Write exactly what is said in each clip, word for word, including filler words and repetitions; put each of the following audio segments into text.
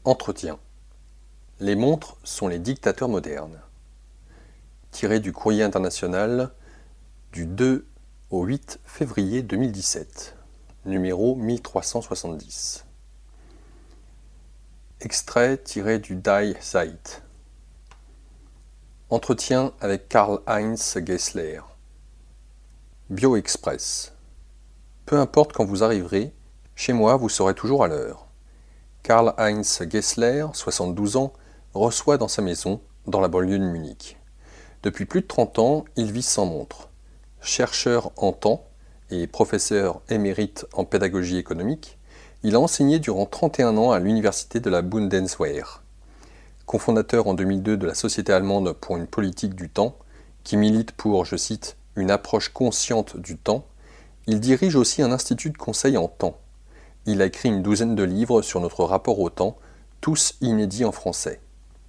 Entretien. Les montres sont les dictateurs modernes. Tiré du Courrier international du deux au huit février deux mille dix-sept, numéro mille trois cent soixante-dix. Extrait tiré du Die Zeit. Entretien avec Karl-Heinz Gessler. BioExpress. Peu importe quand vous arriverez, chez moi vous serez toujours à l'heure. Karl-Heinz Gessler, soixante-douze ans, reçoit dans sa maison, dans la banlieue de Munich. Depuis plus de trente ans, il vit sans montre. Chercheur en temps et professeur émérite en pédagogie économique, il a enseigné durant trente et un ans à l'université de la Bundeswehr. Cofondateur en deux mille deux de la Société allemande pour une politique du temps, qui milite pour, je cite, une approche consciente du temps, il dirige aussi un institut de conseil en temps. Il a écrit une douzaine de livres sur notre rapport au temps, tous inédits en français.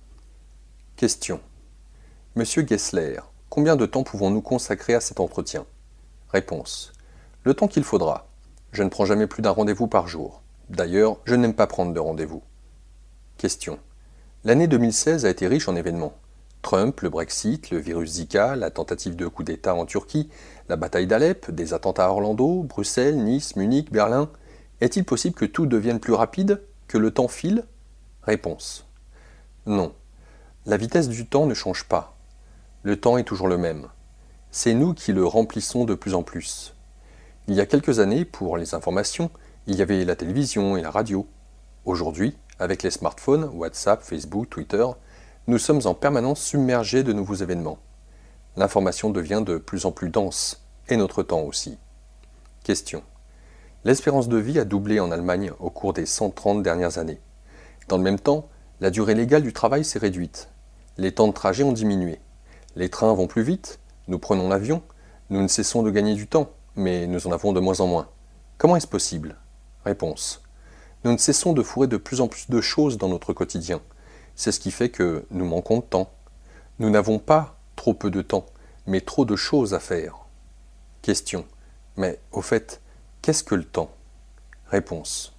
Question. Monsieur Gessler, combien de temps pouvons-nous consacrer à cet entretien? Réponse. Le temps qu'il faudra. Je ne prends jamais plus d'un rendez-vous par jour. D'ailleurs, je n'aime pas prendre de rendez-vous. Question. L'année deux mille seize a été riche en événements. Trump, le Brexit, le virus Zika, la tentative de coup d'État en Turquie, la bataille d'Alep, des attentats à Orlando, Bruxelles, Nice, Munich, Berlin. Est-il possible que tout devienne plus rapide, que le temps file? Réponse. Non. La vitesse du temps ne change pas. Le temps est toujours le même. C'est nous qui le remplissons de plus en plus. Il y a quelques années, pour les informations, il y avait la télévision et la radio. Aujourd'hui, avec les smartphones, WhatsApp, Facebook, Twitter, nous sommes en permanence submergés de nouveaux événements. L'information devient de plus en plus dense, et notre temps aussi. Question. L'espérance de vie a doublé en Allemagne au cours des cent trente dernières années. Dans le même temps, la durée légale du travail s'est réduite. Les temps de trajet ont diminué. Les trains vont plus vite, nous prenons l'avion, nous ne cessons de gagner du temps, mais nous en avons de moins en moins. Comment est-ce possible? Réponse. Nous ne cessons de fourrer de plus en plus de choses dans notre quotidien. C'est ce qui fait que nous manquons de temps. Nous n'avons pas trop peu de temps, mais trop de choses à faire. Question. Mais au fait, qu'est-ce que le temps? Réponse.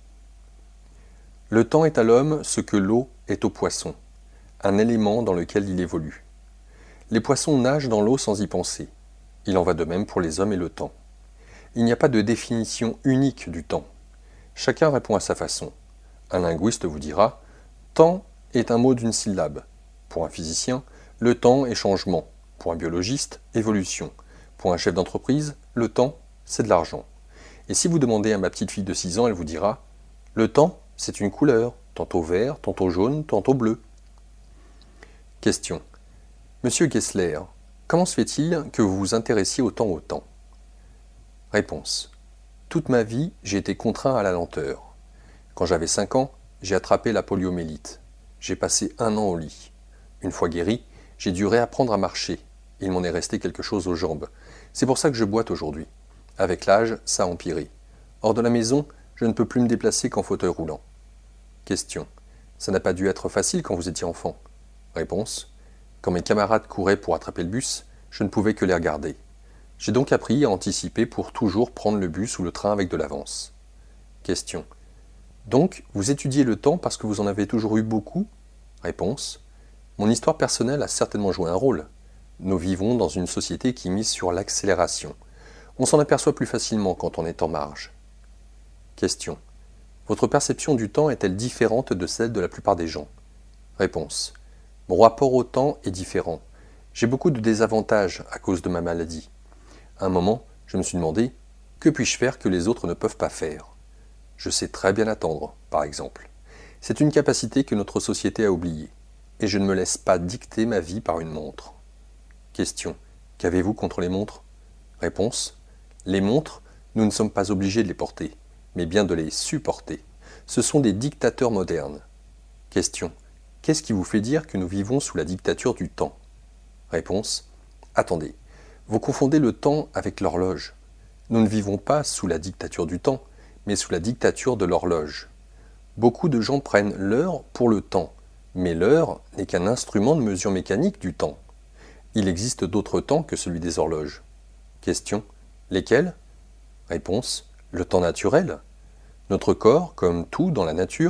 Le temps est à l'homme ce que l'eau est au poisson, un élément dans lequel il évolue. Les poissons nagent dans l'eau sans y penser. Il en va de même pour les hommes et le temps. Il n'y a pas de définition unique du temps. Chacun répond à sa façon. Un linguiste vous dira « temps est un mot d'une syllabe ». Pour un physicien, le temps est changement. Pour un biologiste, évolution. Pour un chef d'entreprise, le temps, c'est de l'argent. Et si vous demandez à ma petite fille de six ans, elle vous dira « Le temps, c'est une couleur, tantôt vert, tantôt jaune, tantôt bleu. » Question. Monsieur Gessler, comment se fait-il que vous vous intéressiez autant au temps? Réponse. Toute ma vie, j'ai été contraint à la lenteur. Quand j'avais cinq ans, j'ai attrapé la poliomyélite. J'ai passé un an au lit. Une fois guéri, j'ai dû réapprendre à marcher. Il m'en est resté quelque chose aux jambes. C'est pour ça que je boite aujourd'hui. Avec l'âge, ça a empiré. Hors de la maison, je ne peux plus me déplacer qu'en fauteuil roulant. Question. Ça n'a pas dû être facile quand vous étiez enfant? Réponse. Quand mes camarades couraient pour attraper le bus, je ne pouvais que les regarder. J'ai donc appris à anticiper pour toujours prendre le bus ou le train avec de l'avance. Question. Donc, vous étudiez le temps parce que vous en avez toujours eu beaucoup? Réponse. Mon histoire personnelle a certainement joué un rôle. Nous vivons dans une société qui mise sur l'accélération. On s'en aperçoit plus facilement quand on est en marge. Question. Votre perception du temps est-elle différente de celle de la plupart des gens? Réponse. Mon rapport au temps est différent. J'ai beaucoup de désavantages à cause de ma maladie. À un moment, je me suis demandé, que puis-je faire que les autres ne peuvent pas faire? Je sais très bien attendre, par exemple. C'est une capacité que notre société a oubliée. Et je ne me laisse pas dicter ma vie par une montre. Question. Qu'avez-vous contre les montres? Réponse. Les montres, nous ne sommes pas obligés de les porter, mais bien de les supporter. Ce sont des dictateurs modernes. Question. Qu'est-ce qui vous fait dire que nous vivons sous la dictature du temps? Réponse. Attendez, vous confondez le temps avec l'horloge. Nous ne vivons pas sous la dictature du temps, mais sous la dictature de l'horloge. Beaucoup de gens prennent l'heure pour le temps, mais l'heure n'est qu'un instrument de mesure mécanique du temps. Il existe d'autres temps que celui des horloges. Question. Lesquels? Réponse. Le temps naturel. Notre corps, comme tout dans la nature,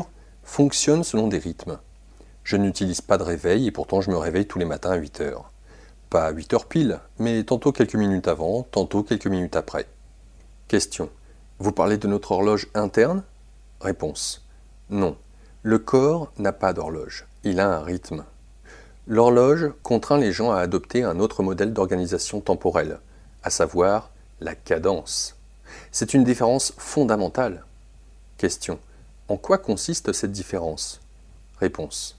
fonctionne selon des rythmes. Je n'utilise pas de réveil et pourtant je me réveille tous les matins à huit heures. Pas à huit heures pile, mais tantôt quelques minutes avant, tantôt quelques minutes après. Question. Vous parlez de notre horloge interne ? Réponse. Non. Le corps n'a pas d'horloge. Il a un rythme. L'horloge contraint les gens à adopter un autre modèle d'organisation temporelle, à savoir la cadence. C'est une différence fondamentale. Question. En quoi consiste cette différence ? Réponse.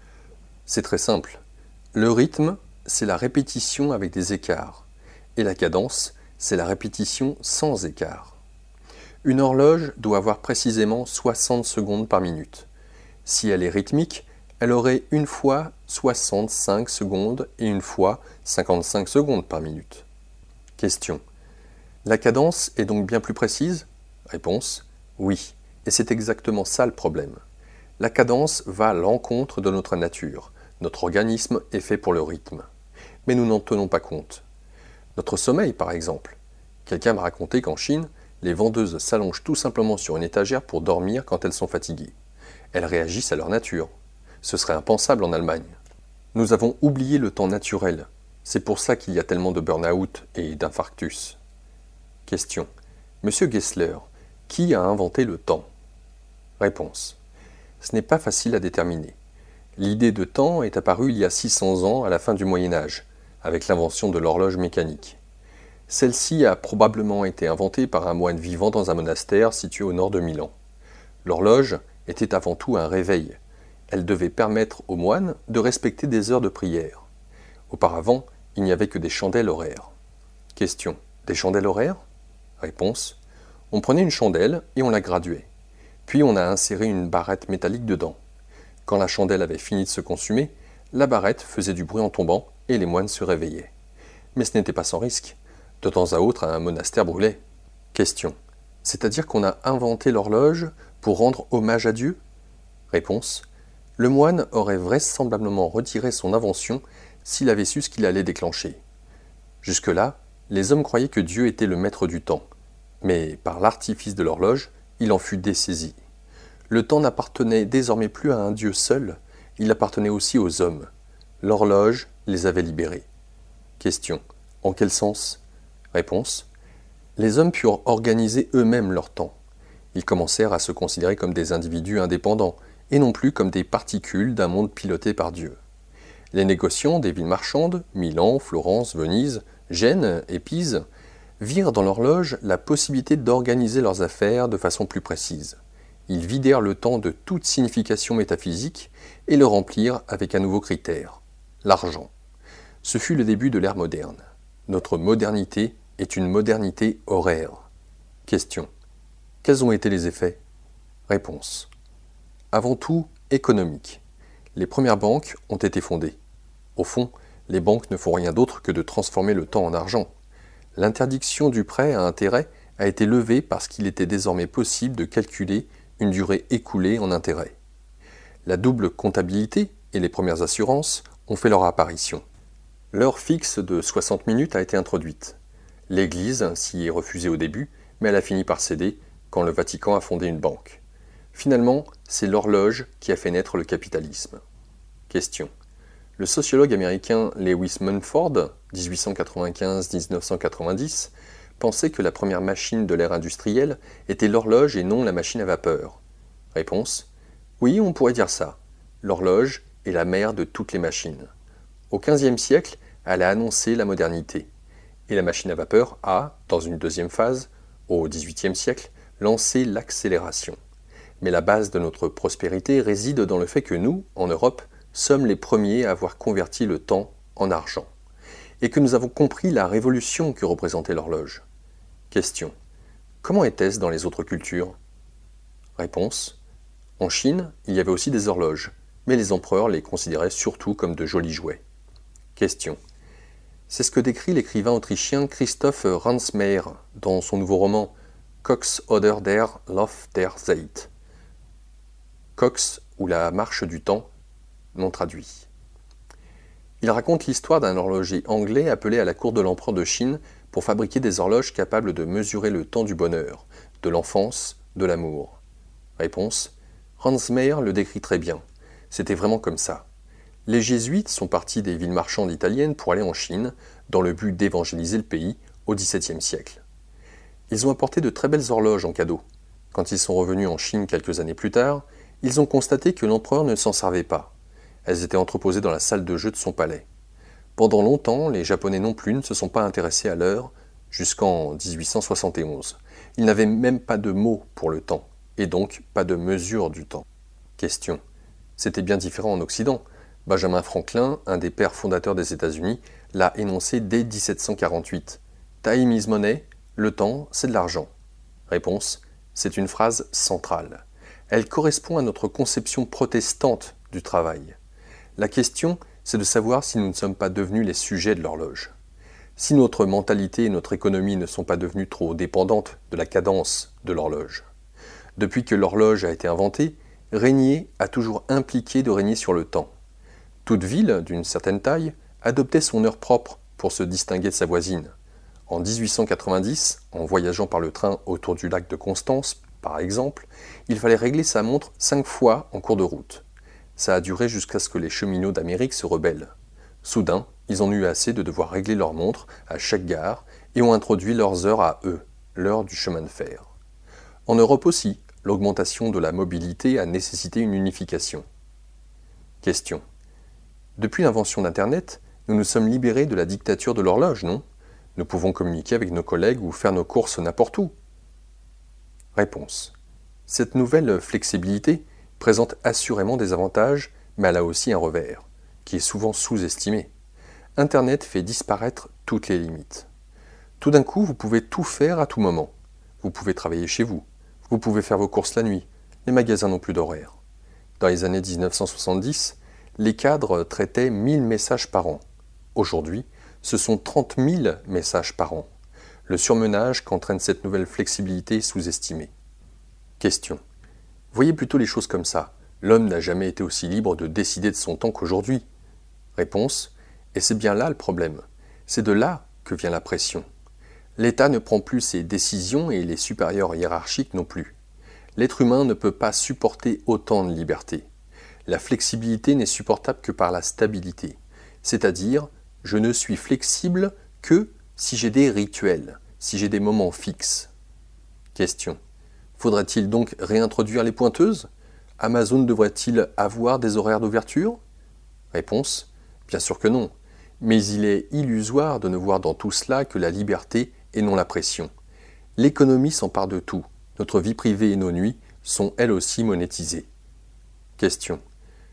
C'est très simple. Le rythme, c'est la répétition avec des écarts, et la cadence, c'est la répétition sans écart. Une horloge doit avoir précisément soixante secondes par minute. Si elle est rythmique, elle aurait une fois soixante-cinq secondes et une fois cinquante-cinq secondes par minute. Question. La cadence est donc bien plus précise ? Réponse. Oui, et c'est exactement ça le problème. La cadence va à l'encontre de notre nature. Notre organisme est fait pour le rythme. Mais nous n'en tenons pas compte. Notre sommeil, par exemple. Quelqu'un m'a raconté qu'en Chine, les vendeuses s'allongent tout simplement sur une étagère pour dormir quand elles sont fatiguées. Elles réagissent à leur nature. Ce serait impensable en Allemagne. Nous avons oublié le temps naturel. C'est pour ça qu'il y a tellement de burn-out et d'infarctus. Question. Monsieur Gessler, qui a inventé le temps ? Réponse. Ce n'est pas facile à déterminer. L'idée de temps est apparue il y a six cents ans à la fin du Moyen Âge, avec l'invention de l'horloge mécanique. Celle-ci a probablement été inventée par un moine vivant dans un monastère situé au nord de Milan. L'horloge était avant tout un réveil. Elle devait permettre aux moines de respecter des heures de prière. Auparavant, il n'y avait que des chandelles horaires. Question. Des chandelles horaires ? Réponse. On prenait une chandelle et on la graduait. Puis on a inséré une barrette métallique dedans. Quand la chandelle avait fini de se consumer, la barrette faisait du bruit en tombant et les moines se réveillaient. Mais ce n'était pas sans risque. De temps à autre, un monastère brûlait. Question. C'est-à-dire qu'on a inventé l'horloge pour rendre hommage à Dieu ? Réponse. Le moine aurait vraisemblablement retiré son invention s'il avait su ce qu'il allait déclencher. Jusque-là, les hommes croyaient que Dieu était le maître du temps. Mais par l'artifice de l'horloge, il en fut dessaisi. Le temps n'appartenait désormais plus à un Dieu seul, il appartenait aussi aux hommes. L'horloge les avait libérés. Question. En quel sens ? Réponse. Les hommes purent organiser eux-mêmes leur temps. Ils commencèrent à se considérer comme des individus indépendants, et non plus comme des particules d'un monde piloté par Dieu. Les négociants des villes marchandes, Milan, Florence, Venise, Gênes et Pise, virent dans l'horloge la possibilité d'organiser leurs affaires de façon plus précise. Ils vidèrent le temps de toute signification métaphysique et le remplirent avec un nouveau critère, l'argent. Ce fut le début de l'ère moderne. Notre modernité est une modernité horaire. Question. Quels ont été les effets ? Réponse. Avant tout, économique. Les premières banques ont été fondées. Au fond, les banques ne font rien d'autre que de transformer le temps en argent. L'interdiction du prêt à intérêt a été levée parce qu'il était désormais possible de calculer une durée écoulée en intérêt. La double comptabilité et les premières assurances ont fait leur apparition. L'heure fixe de soixante minutes a été introduite. L'Église s'y est refusée au début, mais elle a fini par céder quand le Vatican a fondé une banque. Finalement, c'est l'horloge qui a fait naître le capitalisme. Question. Le sociologue américain Lewis Mumford, dix-huit cent quatre-vingt-quinze à dix-neuf cent quatre-vingt-dix, pensait que la première machine de l'ère industrielle était l'horloge et non la machine à vapeur. Réponse. Oui, on pourrait dire ça. L'horloge est la mère de toutes les machines. Au quinzième siècle, elle a annoncé la modernité. Et la machine à vapeur a, dans une deuxième phase, au dix-huitième siècle, lancé l'accélération. Mais la base de notre prospérité réside dans le fait que nous, en Europe, sommes les premiers à avoir converti le temps en argent, et que nous avons compris la révolution que représentait l'horloge. Question. Comment était-ce dans les autres cultures ? Réponse. En Chine, il y avait aussi des horloges, mais les empereurs les considéraient surtout comme de jolis jouets. Question. C'est ce que décrit l'écrivain autrichien Christoph Ransmayr dans son nouveau roman Cox oder der Lauf der Zeit. Cox ou la marche du temps, non traduit. Il raconte l'histoire d'un horloger anglais appelé à la cour de l'empereur de Chine pour fabriquer des horloges capables de mesurer le temps du bonheur, de l'enfance, de l'amour. Réponse. Hans Meyer le décrit très bien. C'était vraiment comme ça. Les jésuites sont partis des villes marchandes italiennes pour aller en Chine, dans le but d'évangéliser le pays au dix-septième siècle. Ils ont apporté de très belles horloges en cadeau. Quand ils sont revenus en Chine quelques années plus tard, ils ont constaté que l'empereur ne s'en servait pas. Elles étaient entreposées dans la salle de jeu de son palais. Pendant longtemps, les Japonais non plus ne se sont pas intéressés à l'heure, jusqu'en dix-huit cent soixante et onze. Ils n'avaient même pas de mot pour le temps, et donc pas de mesure du temps. Question. C'était bien différent en Occident. Benjamin Franklin, un des pères fondateurs des États-Unis, l'a énoncé dès dix-sept cent quarante-huit. « Time is money, le temps, c'est de l'argent. » Réponse. C'est une phrase centrale. Elle correspond à notre conception protestante du travail. La question, c'est de savoir si nous ne sommes pas devenus les sujets de l'horloge. Si notre mentalité et notre économie ne sont pas devenues trop dépendantes de la cadence de l'horloge. Depuis que l'horloge a été inventée, régner a toujours impliqué de régner sur le temps. Toute ville, d'une certaine taille, adoptait son heure propre pour se distinguer de sa voisine. En dix-huit cent quatre-vingt-dix, en voyageant par le train autour du lac de Constance, par exemple, il fallait régler sa montre cinq fois en cours de route. Ça a duré jusqu'à ce que les cheminots d'Amérique se rebellent. Soudain, ils en ont eu assez de devoir régler leur montre à chaque gare et ont introduit leurs heures à eux, l'heure du chemin de fer. En Europe aussi, l'augmentation de la mobilité a nécessité une unification. Question. Depuis l'invention d'Internet, nous nous sommes libérés de la dictature de l'horloge, non ? Nous pouvons communiquer avec nos collègues ou faire nos courses n'importe où. Réponse. Cette nouvelle flexibilité présente assurément des avantages, mais elle a aussi un revers, qui est souvent sous-estimé. Internet fait disparaître toutes les limites. Tout d'un coup, vous pouvez tout faire à tout moment. Vous pouvez travailler chez vous. Vous pouvez faire vos courses la nuit. Les magasins n'ont plus d'horaire. Dans les années dix-neuf cent soixante-dix, les cadres traitaient mille messages par an. Aujourd'hui, ce sont trente mille messages par an. Le surmenage qu'entraîne cette nouvelle flexibilité est sous-estimé. Question. Voyez plutôt les choses comme ça. L'homme n'a jamais été aussi libre de décider de son temps qu'aujourd'hui. Réponse. Et c'est bien là le problème. C'est de là que vient la pression. L'État ne prend plus ses décisions et les supérieurs hiérarchiques non plus. L'être humain ne peut pas supporter autant de liberté. La flexibilité n'est supportable que par la stabilité. C'est-à-dire, je ne suis flexible que si j'ai des rituels, si j'ai des moments fixes. Question. Faudrait-il donc réintroduire les pointeuses ? Amazon devrait-il avoir des horaires d'ouverture ? Réponse. Bien sûr que non. Mais il est illusoire de ne voir dans tout cela que la liberté et non la pression. L'économie s'empare de tout. Notre vie privée et nos nuits sont elles aussi monétisées. Question.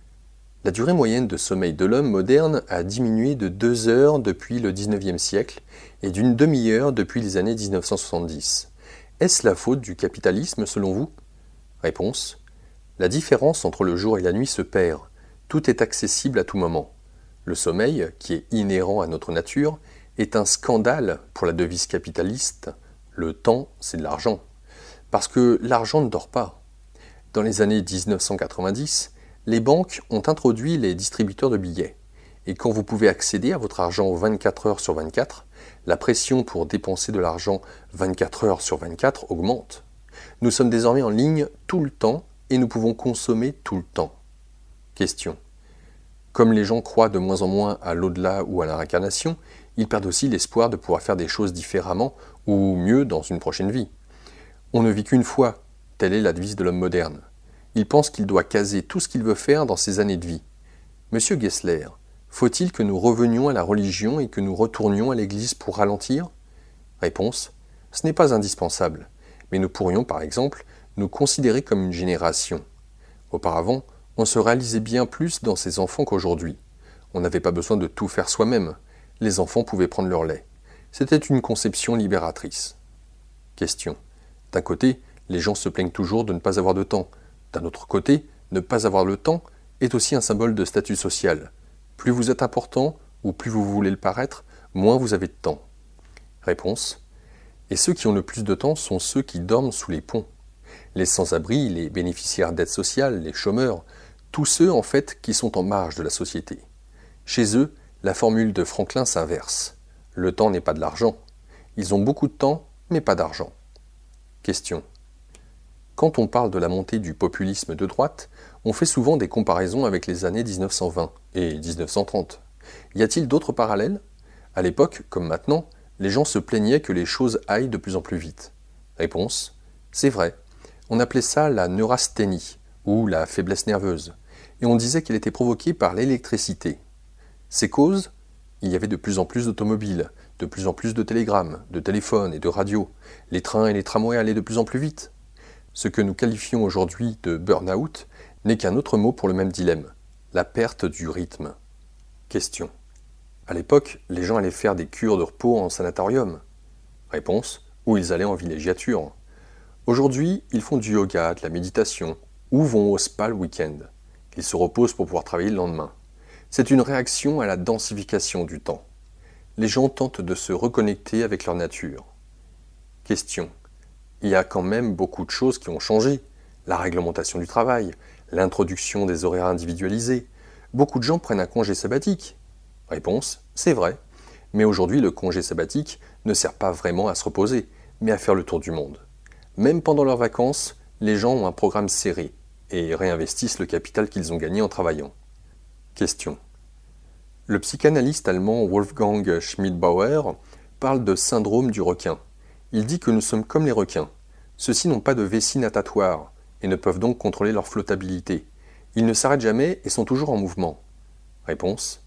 La durée moyenne de sommeil de l'homme moderne a diminué de deux heures depuis le dix-neuvième siècle et d'une demi-heure depuis les années dix-neuf cent soixante-dix. Est-ce la faute du capitalisme selon vous ? Réponse. La différence entre le jour et la nuit se perd. Tout est accessible à tout moment. Le sommeil, qui est inhérent à notre nature, est un scandale pour la devise capitaliste. Le temps, c'est de l'argent. Parce que l'argent ne dort pas. Dans les années dix-neuf cent quatre-vingt-dix, les banques ont introduit les distributeurs de billets. Et quand vous pouvez accéder à votre argent vingt-quatre heures sur vingt-quatre, la pression pour dépenser de l'argent vingt-quatre heures sur vingt-quatre augmente. Nous sommes désormais en ligne tout le temps et nous pouvons consommer tout le temps. Question. Comme les gens croient de moins en moins à l'au-delà ou à la réincarnation, ils perdent aussi l'espoir de pouvoir faire des choses différemment ou mieux dans une prochaine vie. On ne vit qu'une fois, telle est la devise de l'homme moderne. Il pense qu'il doit caser tout ce qu'il veut faire dans ses années de vie. Monsieur Gessler, faut-il que nous revenions à la religion et que nous retournions à l'église pour ralentir ? Réponse. Ce n'est pas indispensable, mais nous pourrions par exemple nous considérer comme une génération. Auparavant, on se réalisait bien plus dans ses enfants qu'aujourd'hui. On n'avait pas besoin de tout faire soi-même. Les enfants pouvaient prendre leur lait. C'était une conception libératrice. Question. D'un côté, les gens se plaignent toujours de ne pas avoir de temps. D'un autre côté, ne pas avoir le temps est aussi un symbole de statut social. Plus vous êtes important, ou plus vous voulez le paraître, moins vous avez de temps. Réponse. Et ceux qui ont le plus de temps sont ceux qui dorment sous les ponts. Les sans-abri, les bénéficiaires d'aide sociale, les chômeurs, tous ceux en fait qui sont en marge de la société. Chez eux, la formule de Franklin s'inverse. Le temps n'est pas de l'argent. Ils ont beaucoup de temps, mais pas d'argent. Question. Quand on parle de la montée du populisme de droite, on fait souvent des comparaisons avec les années dix-neuf cent vingt et dix-neuf cent trente. Y a-t-il d'autres parallèles? À l'époque, comme maintenant, les gens se plaignaient que les choses aillent de plus en plus vite. Réponse: c'est vrai. On appelait ça la neurasthénie, ou la faiblesse nerveuse, et on disait qu'elle était provoquée par l'électricité. Ces causes? Il y avait de plus en plus d'automobiles, de plus en plus de télégrammes, de téléphones et de radios. Les trains et les tramways allaient de plus en plus vite. Ce que nous qualifions aujourd'hui de burn-out n'est qu'un autre mot pour le même dilemme, la perte du rythme. Question. À l'époque, les gens allaient faire des cures de repos en sanatorium. Réponse: ou ils allaient en villégiature. Aujourd'hui, ils font du yoga, de la méditation, ou vont au spa le week-end. Ils se reposent pour pouvoir travailler le lendemain. C'est une réaction à la densification du temps. Les gens tentent de se reconnecter avec leur nature. Question. Il y a quand même beaucoup de choses qui ont changé. La réglementation du travail, l'introduction des horaires individualisés. Beaucoup de gens prennent un congé sabbatique. Réponse: c'est vrai. Mais aujourd'hui, le congé sabbatique ne sert pas vraiment à se reposer, mais à faire le tour du monde. Même pendant leurs vacances, les gens ont un programme serré et réinvestissent le capital qu'ils ont gagné en travaillant. Question. Le psychanalyste allemand Wolfgang Schmidbauer parle de syndrome du requin. Il dit que nous sommes comme les requins. Ceux-ci n'ont pas de vessie natatoire et ne peuvent donc contrôler leur flottabilité. Ils ne s'arrêtent jamais et sont toujours en mouvement. Réponse.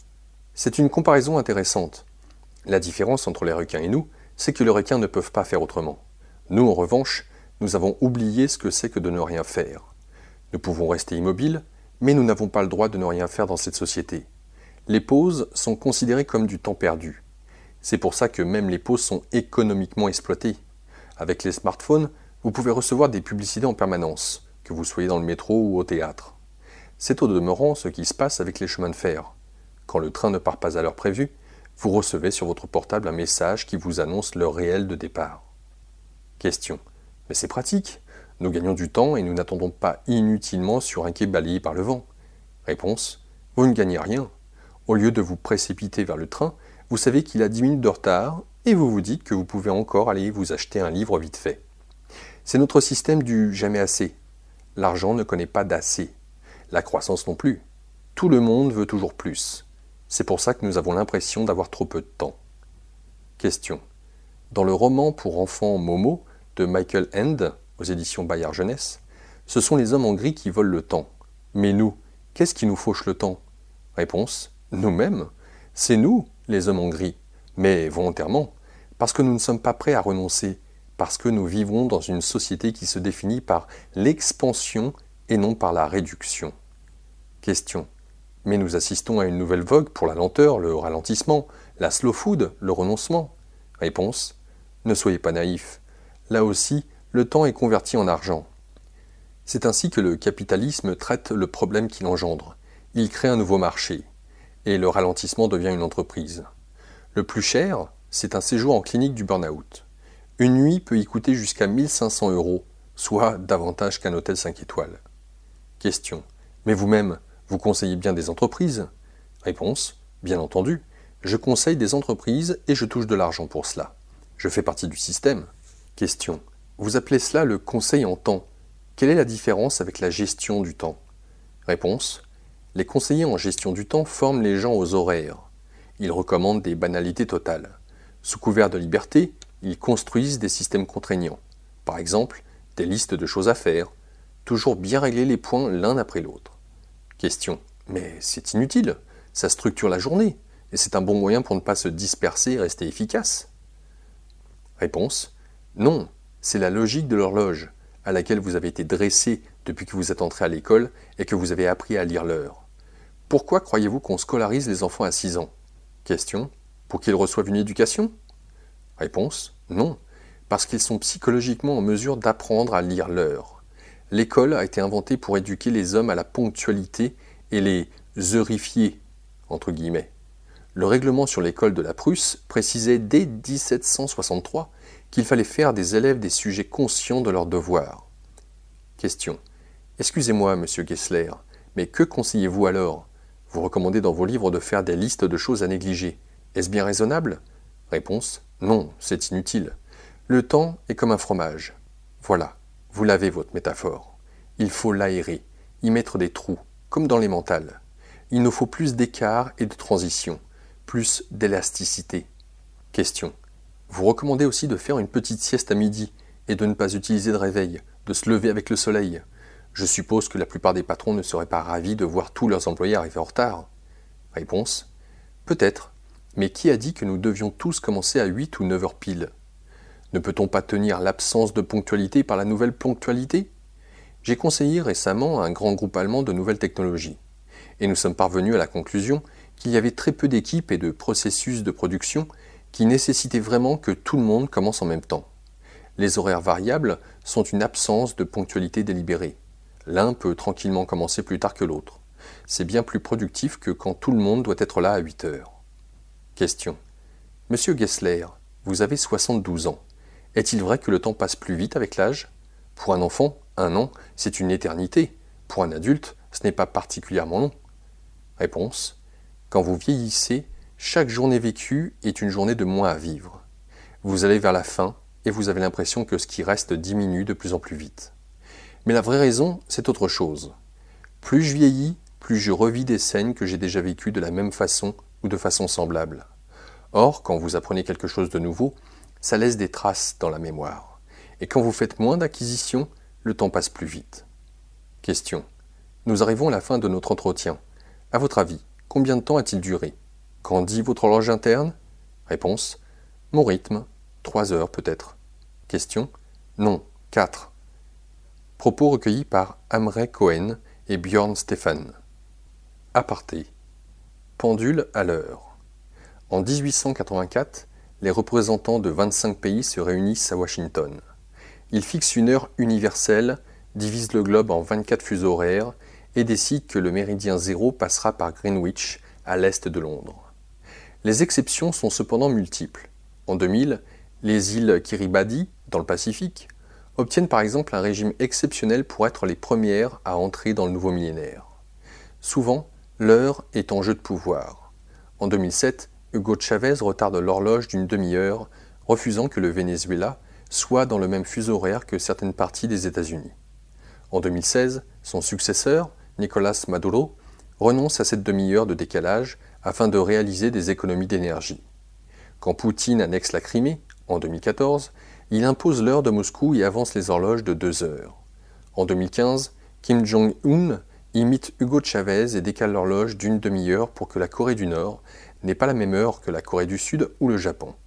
C'est une comparaison intéressante. La différence entre les requins et nous, c'est que les requins ne peuvent pas faire autrement. Nous, en revanche, nous avons oublié ce que c'est que de ne rien faire. Nous pouvons rester immobiles, mais nous n'avons pas le droit de ne rien faire dans cette société. Les pauses sont considérées comme du temps perdu. C'est pour ça que même les pauses sont économiquement exploitées. Avec les smartphones, vous pouvez recevoir des publicités en permanence, que vous soyez dans le métro ou au théâtre. C'est au demeurant ce qui se passe avec les chemins de fer. Quand le train ne part pas à l'heure prévue, vous recevez sur votre portable un message qui vous annonce l'heure réelle de départ. Question. Mais c'est pratique. Nous gagnons du temps et nous n'attendons pas inutilement sur un quai balayé par le vent. Réponse. Vous ne gagnez rien. Au lieu de vous précipiter vers le train, vous savez qu'il a dix minutes de retard et vous vous dites que vous pouvez encore aller vous acheter un livre vite fait. C'est notre système du jamais assez. L'argent ne connaît pas d'assez. La croissance non plus. Tout le monde veut toujours plus. C'est pour ça que nous avons l'impression d'avoir trop peu de temps. Question. Dans le roman pour enfants Momo de Michael Ende, aux éditions Bayard Jeunesse, ce sont les hommes en gris qui volent le temps. Mais nous, qu'est-ce qui nous fauche le temps? Réponse. Nous-mêmes. C'est nous, les hommes en gris, mais volontairement, parce que nous ne sommes pas prêts à renoncer, parce que nous vivons dans une société qui se définit par l'expansion et non par la réduction. Question. Mais nous assistons à une nouvelle vogue pour la lenteur, le ralentissement, la slow food, le renoncement. Réponse. Ne soyez pas naïfs. Là aussi, le temps est converti en argent. C'est ainsi que le capitalisme traite le problème qu'il engendre. Il crée un nouveau marché. Et le ralentissement devient une entreprise. Le plus cher, c'est un séjour en clinique du burn-out. Une nuit peut y coûter jusqu'à mille cinq cents euros, soit davantage qu'un hôtel cinq étoiles. Question. Mais vous-même, vous conseillez bien des entreprises? Réponse. Bien entendu. Je conseille des entreprises et je touche de l'argent pour cela. Je fais partie du système. Question. Vous appelez cela le conseil en temps. Quelle est la différence avec la gestion du temps? Réponse. Les conseillers en gestion du temps forment les gens aux horaires. Ils recommandent des banalités totales. Sous couvert de liberté, ils construisent des systèmes contraignants. Par exemple, des listes de choses à faire. Toujours bien régler les points l'un après l'autre. Question. Mais c'est inutile. Ça structure la journée. Et c'est un bon moyen pour ne pas se disperser et rester efficace. Réponse. Non, c'est la logique de l'horloge, à laquelle vous avez été dressé depuis que vous êtes entré à l'école et que vous avez appris à lire l'heure. Pourquoi croyez-vous qu'on scolarise les enfants à six ans? Question. Pour qu'ils reçoivent une éducation? Réponse. Non, parce qu'ils sont psychologiquement en mesure d'apprendre à lire l'heure. L'école a été inventée pour éduquer les hommes à la ponctualité et les « heurifier », entre guillemets. Le règlement sur l'école de la Prusse précisait dès dix-sept cent soixante-trois qu'il fallait faire des élèves des sujets conscients de leurs devoirs. Question. Excusez-moi, monsieur Gessler, mais que conseillez-vous alors? Vous recommandez dans vos livres de faire des listes de choses à négliger. Est-ce bien raisonnable? Réponse. Non, c'est inutile. Le temps est comme un fromage. Voilà. Vous l'avez, votre métaphore. Il faut l'aérer, y mettre des trous, comme dans les mentales. Il nous faut plus d'écart et de transition, plus d'élasticité. Question. Vous recommandez aussi de faire une petite sieste à midi et de ne pas utiliser de réveil, de se lever avec le soleil. Je suppose que la plupart des patrons ne seraient pas ravis de voir tous leurs employés arriver en retard. Réponse. Peut-être, mais qui a dit que nous devions tous commencer à huit ou neuf heures pile? Ne peut-on pas tenir l'absence de ponctualité par la nouvelle ponctualité? J'ai conseillé récemment à un grand groupe allemand de nouvelles technologies, et nous sommes parvenus à la conclusion qu'il y avait très peu d'équipes et de processus de production qui nécessitaient vraiment que tout le monde commence en même temps. Les horaires variables sont une absence de ponctualité délibérée. L'un peut tranquillement commencer plus tard que l'autre. C'est bien plus productif que quand tout le monde doit être là à huit heures. Question. Monsieur Gessler, vous avez soixante-douze ans. Est-il vrai que le temps passe plus vite avec l'âge? Pour un enfant, un an, c'est une éternité. Pour un adulte, ce n'est pas particulièrement long. Réponse. Quand vous vieillissez, chaque journée vécue est une journée de moins à vivre. Vous allez vers la fin et vous avez l'impression que ce qui reste diminue de plus en plus vite. Mais la vraie raison, c'est autre chose. Plus je vieillis, plus je revis des scènes que j'ai déjà vécues de la même façon ou de façon semblable. Or, quand vous apprenez quelque chose de nouveau, ça laisse des traces dans la mémoire. Et quand vous faites moins d'acquisitions, le temps passe plus vite. Question. Nous arrivons à la fin de notre entretien. À votre avis, combien de temps a-t-il duré? Qu'en dit votre horloge interne? Réponse. Mon rythme. Trois heures peut-être. Question. Non, quatre. Propos recueillis par Amrei Cohen et Björn Stefan. Aparté. Pendule à l'heure. En dix-huit cent quatre-vingt-quatre, les représentants de vingt-cinq pays se réunissent à Washington. Ils fixent une heure universelle, divisent le globe en vingt-quatre fuseaux horaires et décident que le méridien zéro passera par Greenwich, à l'est de Londres. Les exceptions sont cependant multiples. En deux mille, les îles Kiribati, dans le Pacifique, obtiennent par exemple un régime exceptionnel pour être les premières à entrer dans le nouveau millénaire. Souvent, l'heure est en jeu de pouvoir. En deux mille sept, Hugo Chavez retarde l'horloge d'une demi-heure, refusant que le Venezuela soit dans le même fuseau horaire que certaines parties des États-Unis. En deux mille seize, son successeur, Nicolás Maduro, renonce à cette demi-heure de décalage afin de réaliser des économies d'énergie. Quand Poutine annexe la Crimée, en deux mille quatorze, il impose l'heure de Moscou et avance les horloges de deux heures. En deux mille quinze, Kim Jong-un imite Hugo Chavez et décale l'horloge d'une demi-heure pour que la Corée du Nord n'ait pas la même heure que la Corée du Sud ou le Japon.